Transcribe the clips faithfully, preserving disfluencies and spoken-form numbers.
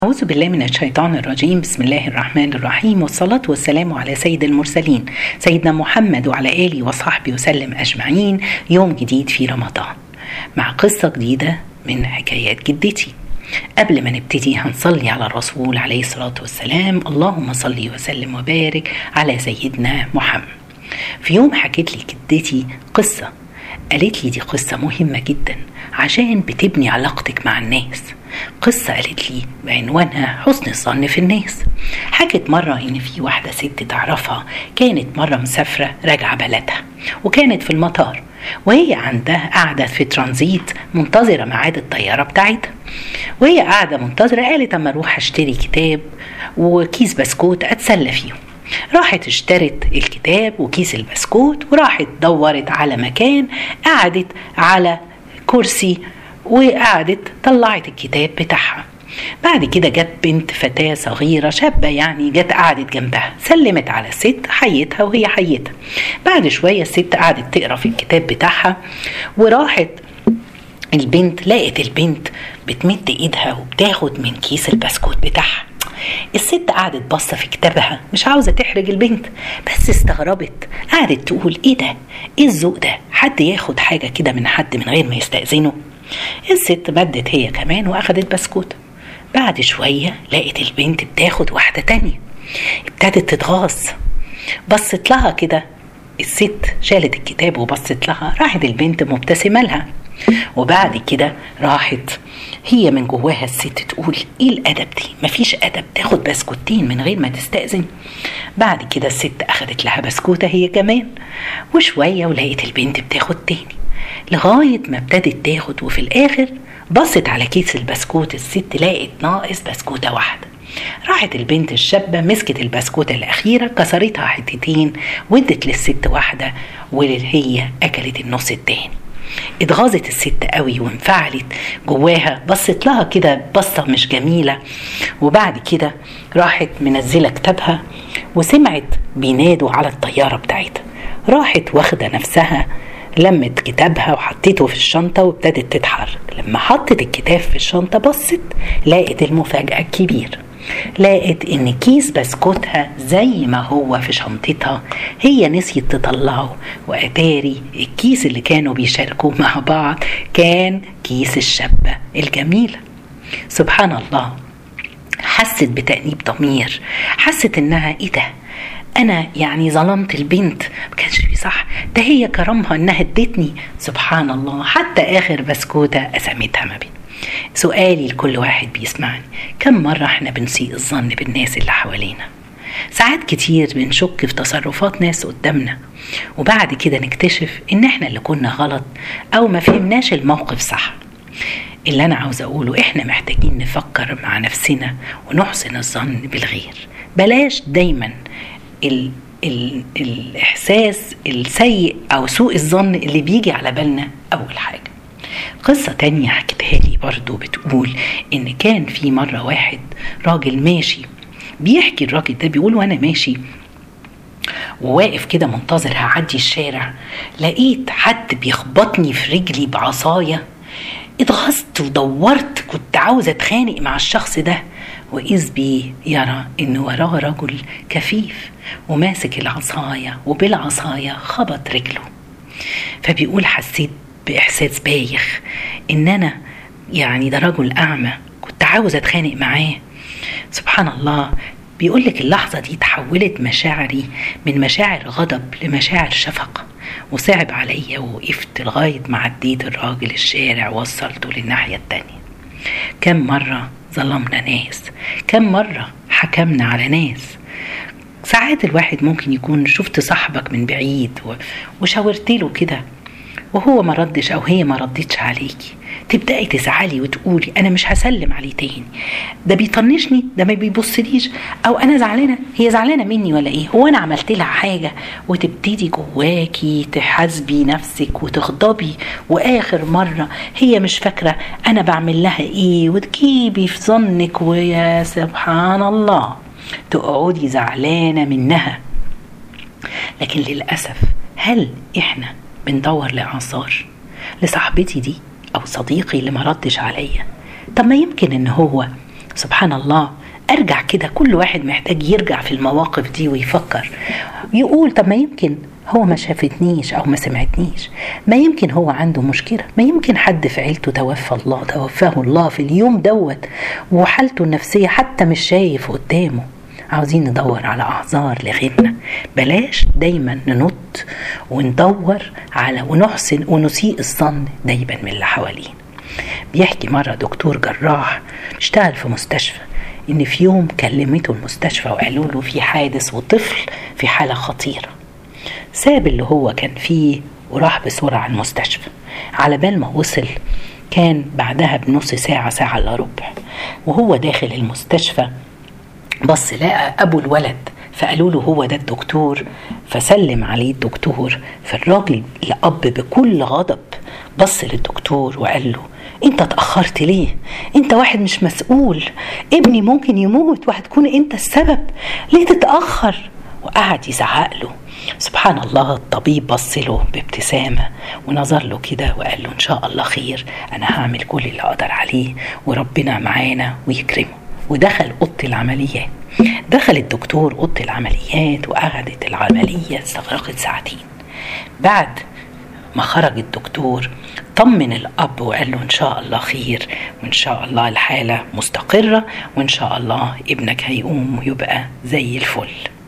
أعوذ بالله من الشيطان الرجيم. بسم الله الرحمن الرحيم، والصلاة والسلام على سيد المرسلين سيدنا محمد وعلى آله وصحبه وسلم أجمعين. يوم جديد في رمضان مع قصة جديدة من حكايات جدتي. قبل ما نبتدي هنصلي على الرسول عليه الصلاة والسلام. اللهم صل وسلم وبارك على سيدنا محمد. في يوم حكيت لي جدتي قصة، قالت لي دي قصة مهمة جدا عشان بتبني علاقتك مع الناس. قصة قالت لي بعنوانها حسن الظن في الناس. حكت مرة ان في واحدة ست تعرفها كانت مرة مسافرة راجعة بلدها، وكانت في المطار وهي عندها قاعدة في ترانزيت منتظرة ميعاد الطيارة بتاعتها. وهي قاعدة منتظرة قالت اما اروح اشتري كتاب وكيس بسكوت اتسلى فيهم. راحت اشترت الكتاب وكيس البسكوت وراحت دورت على مكان، قعدت على كرسي وقعدت طلعت الكتاب بتاعها. بعد كده جت بنت فتاة صغيرة شابة يعني، جت قعدت جنبها سلمت على الست، حيتها وهي حيتها. بعد شوية الست قعدت تقرأ في الكتاب بتاعها، وراحت البنت لقت البنت بتمد ايدها وبتاخد من كيس البسكوت بتاعها. الست قعدت بصة في كتابها مش عاوزة تحرج البنت، بس استغربت، قعدت تقول ايه ده، ايه الذوق ده، حد ياخد حاجة كده من حد من غير ما يستأذنه؟ الست مدت هي كمان واخدت بسكوت. بعد شوية لقت البنت بتاخد واحدة تانية، ابتدت تتغاظ، بصت لها كده. الست شالت الكتاب وبصت لها، راحت البنت مبتسمة لها. وبعد كده راحت هي من جواها الست تقول ايه الادب دي، مفيش ادب تاخد بسكوتين من غير ما تستأذن. بعد كده الست اخدت لها بسكوتة هي كمان، وشوية ولقيت البنت بتاخد تاني لغاية ما ابتدت تاخد. وفي الاخر بصت على كيس البسكوت، الست لقت ناقص بسكوتة واحدة. راحت البنت الشابة مسكت البسكوتة الأخيرة كسرتها حتتين وادت للست واحدة، وهي أكلت النص التاني. اتغاظت الست قوي وانفعلت جواها، بصت لها كده بصة مش جميلة. وبعد كده راحت منزلة كتابها وسمعت بينادوا على الطيارة بتاعتها. راحت واخدة نفسها، لمت كتابها وحطيته في الشنطة وابتدت تتحرك. لما حطت الكتاب في الشنطة بصت لقت المفاجأة الكبيرة، لقت ان كيس بسكوتها زي ما هو في شنطتها هي نسيت تطلعه، واتاري الكيس اللي كانوا بيشاركوه مع بعض كان كيس الشابة الجميلة. سبحان الله، حست بتأنيب ضمير، حست انها ايه ده، انا يعني ظلمت البنت، ما كانش في صح، ده هي كرمها انها ادتني. سبحان الله، حتى اخر بسكوتة قسمتها ما بين. سؤالي لكل واحد بيسمعني، كم مرة احنا بنسيء الظن بالناس اللي حوالينا؟ ساعات كتير بنشك في تصرفات ناس قدامنا، وبعد كده نكتشف ان احنا اللي كنا غلط او ما فهمناش الموقف صح. اللي انا عاوز اقوله، احنا محتاجين نفكر مع نفسنا ونحسن الظن بالغير. بلاش دايما ال ال الإحساس السيء أو سوء الظن اللي بيجي على بالنا أول حاجة. قصة تانية حكتها لي برضو بتقول إن كان في مرة واحد راجل ماشي، بيحكي الراجل ده بيقول وأنا ماشي وواقف كده منتظر هعدي الشارع، لقيت حد بيخبطني في رجلي بعصاية. اتغصت ودورت، كنت عاوزة اتخانق مع الشخص ده، وإذ بي يرى إن وراه رجل كفيف وماسك العصاية، وبالعصاية خبط رجله. فبيقول حسيت بإحساس بايخ إن أنا يعني ده رجل أعمى، كنت عاوزة اتخانق معاه. سبحان الله، بيقولك اللحظة دي تحولت مشاعري من مشاعر غضب لمشاعر شفقة، وصعب عليا ووقفت لغاية ما عديت الراجل الشارع ووصلته للناحية التانية. كم مرة ظلمنا ناس، كم مرة حكمنا على ناس. ساعات الواحد ممكن يكون شفت صاحبك من بعيد وشاورت له كده وهو ما ردش او هي ما ردتش عليكي، تبدأي تزعلي وتقولي انا مش هسلم عليه تاني، ده بيطنشني، ده ما بيبصليش، او انا زعلانه، هي زعلانه مني ولا ايه، هو انا عملت لها حاجه؟ وتبتدي جواكي تحاسبي نفسك وتغضبي، واخر مره هي مش فاكره انا بعمل لها ايه، وتجيبي في ظنك، ويا سبحان الله تقعدي زعلانه منها. لكن للاسف هل احنا بندور لآثار لصاحبتي دي او صديقي اللي ما ردش عليا؟ طب ما يمكن ان هو سبحان الله، ارجع كده، كل واحد محتاج يرجع في المواقف دي ويفكر، يقول طب ما يمكن هو ما شافتنيش او ما سمعتنيش، ما يمكن هو عنده مشكلة، ما يمكن حد في عيلته توفى الله توفاه الله في اليوم دوت وحالته النفسية حتى مش شايف قدامه. عاوزين ندور على اعذار لغيرنا، بلاش دايما ننط وندور على ونحسن ونسيء الظن دايما من اللي حوالين. بيحكي مرة دكتور جراح اشتغل في مستشفى ان في يوم كلمته المستشفى وقالوا له في حادث وطفل في حالة خطيرة. ساب اللي هو كان فيه وراح بسرعة المستشفى. على بال ما وصل كان بعدها بنص ساعة ساعة الا ربع، وهو داخل المستشفى بص لقى ابو الولد، فقالوا له هو ده الدكتور، فسلم عليه الدكتور. فالراجل الاب بكل غضب بص للدكتور وقال له انت اتأخرت ليه؟ انت واحد مش مسؤول، ابني ممكن يموت وهتكون انت السبب، ليه تتأخر؟ وقعد يزعق له. سبحان الله، الطبيب بص له بابتسامة ونظر له كده وقال له ان شاء الله خير، انا هعمل كل اللي اقدر عليه وربنا معانا ويكرمه. ودخل اوضه العمليات. دخل الدكتور اوضه العمليات وقعدت العملية استغرقت ساعتين. بعد ما خرج الدكتور طمن الأب وقال له إن شاء الله خير، وإن شاء الله الحالة مستقرة، وإن شاء الله ابنك هيقوم ويبقى زي الفل.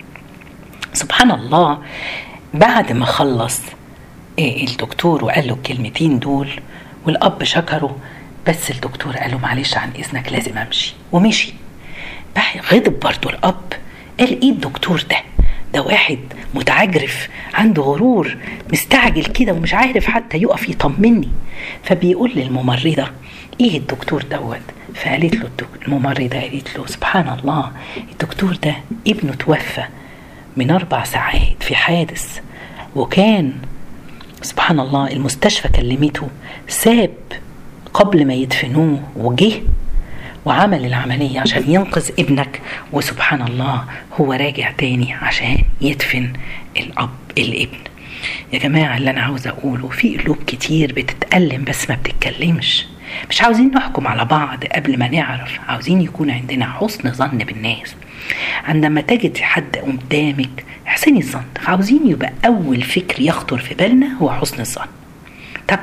سبحان الله، بعد ما خلص الدكتور وقال له الكلمتين دول والأب شكره، بس الدكتور قال له معلش عن إذنك لازم أمشي، ومشي. غضب برضو الأب، قال إيه الدكتور ده؟ ده واحد متعجرف عنده غرور، مستعجل كده ومش عارف حتى يقف يطمني. فبيقول للممرضة ايه الدكتور دوت؟ فقالت له الممرضة قالت له سبحان الله، الدكتور ده ابنه توفى من اربع ساعات في حادث، وكان سبحان الله المستشفى كلمته، ساب قبل ما يدفنوه وجه وعمل العملية عشان ينقذ ابنك، وسبحان الله هو راجع تاني عشان يدفن الأب الابن. يا جماعة اللي أنا عاوز أقوله، في قلوب كتير بتتألم بس ما بتتكلمش. مش عاوزين نحكم على بعض قبل ما نعرف، عاوزين يكون عندنا حسن ظن بالناس. عندما تجد حد قدامك احسني الظن، عاوزين يبقى أول فكر يخطر في بالنا هو حسن الظن. طب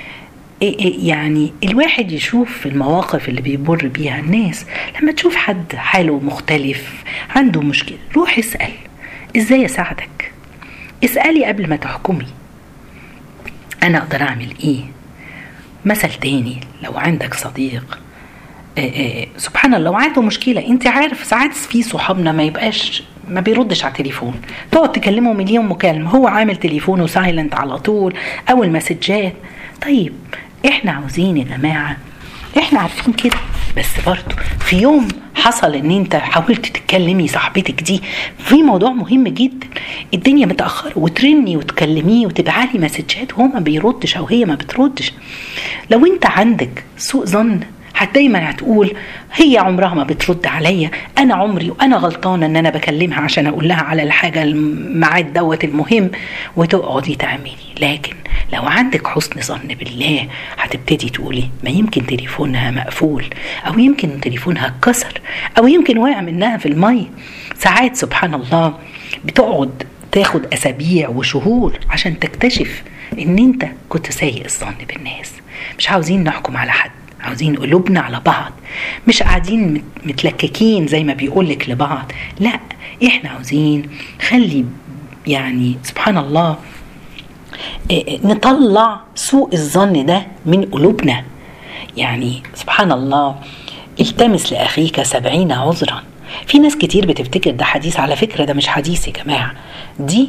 يعني الواحد يشوف في المواقف اللي بيمر بيها الناس، لما تشوف حد حاله مختلف عنده مشكلة روح اسأل ازاي اساعدك، اسألي قبل ما تحكمي انا اقدر اعمل ايه. مثل تاني، لو عندك صديق آآ آآ سبحان الله عنده مشكلة، انت عارف ساعات في صحابنا ما يبقاش ما بيردش على التليفون، تقعد تكلمه مليون مكالمة، هو عامل تليفونه سايلنت على طول او المسجات. طيب احنا عاوزين يا جماعة، احنا عارفين كده، بس برضو في يوم حصل ان انت حاولت تتكلمي صاحبتك دي في موضوع مهم جدا، الدنيا متأخرة وترني وتكلميه وتبعالي مسجات وهو ما بيردش او هي ما بتردش، لو انت عندك سوء ظن دايما هتقول هي عمرها ما بترد عليا، انا عمري وانا غلطانه ان انا بكلمها عشان اقول لها على الحاجه الميعاد دوت المهم، وتقعدي تعملي. لكن لو عندك حسن ظن بالله هتبتدي تقولي ما يمكن تليفونها مقفول، او يمكن تليفونها اتكسر، او يمكن واقع منها في المي. ساعات سبحان الله بتقعد تاخد اسابيع وشهور عشان تكتشف ان انت كنت سيء الظن بالناس. مش عاوزين نحكم على حد، عاوزين قلوبنا على بعض، مش قاعدين متلككين زي ما بيقولك لبعض، لا احنا عاوزين خلي يعني سبحان الله نطلع سوء الظن ده من قلوبنا. يعني سبحان الله التمس لأخيك سبعين عذرا. في ناس كتير بتفتكر ده حديث، على فكرة ده مش حديث يا جماعة، دي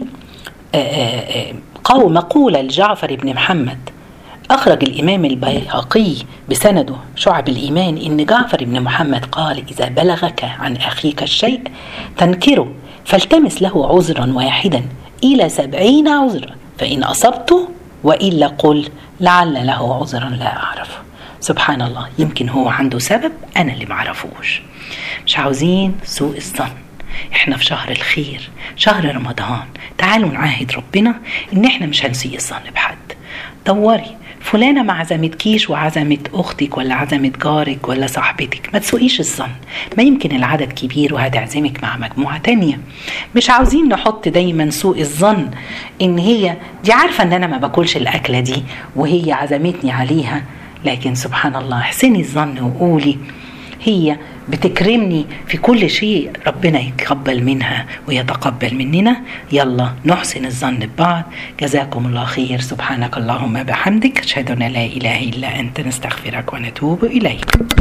قول مقولة لجعفر بن محمد، أخرج الإمام البيهقي بسنده شعب الإيمان إن جعفر بن محمد قال إذا بلغك عن أخيك الشيء تنكره فالتمس له عذرا واحدا إلى سبعين عذرا، فإن أصبته وإلا قل لعل له عذرا لا أعرفه. سبحان الله، يمكن هو عنده سبب أنا اللي معرفوش. مش عاوزين سوء الظن، احنا في شهر الخير، شهر رمضان، تعالوا نعاهد ربنا إن احنا مش هنسيء الظن بحد. دوري فلانة ما عزمتكيش وعزمت أختك ولا عزمت جارك ولا صاحبتك، ما تسوقيش الظن، ما يمكن العدد كبير وهتعزمك مع مجموعة تانية. مش عاوزين نحط دايما سوء الظن إن هي دي عارفة إن أنا ما باكلش الأكلة دي وهي عزمتني عليها، لكن سبحان الله احسني الظن وقولي هي بتكرمني في كل شيء، ربنا يتقبل منها ويتقبل مننا. يلا نحسن الظن ببعض. جزاكم الله خير. سبحانك اللهم بحمدك، أشهد أن لا إله إلا أنت، نستغفرك ونتوب إليك.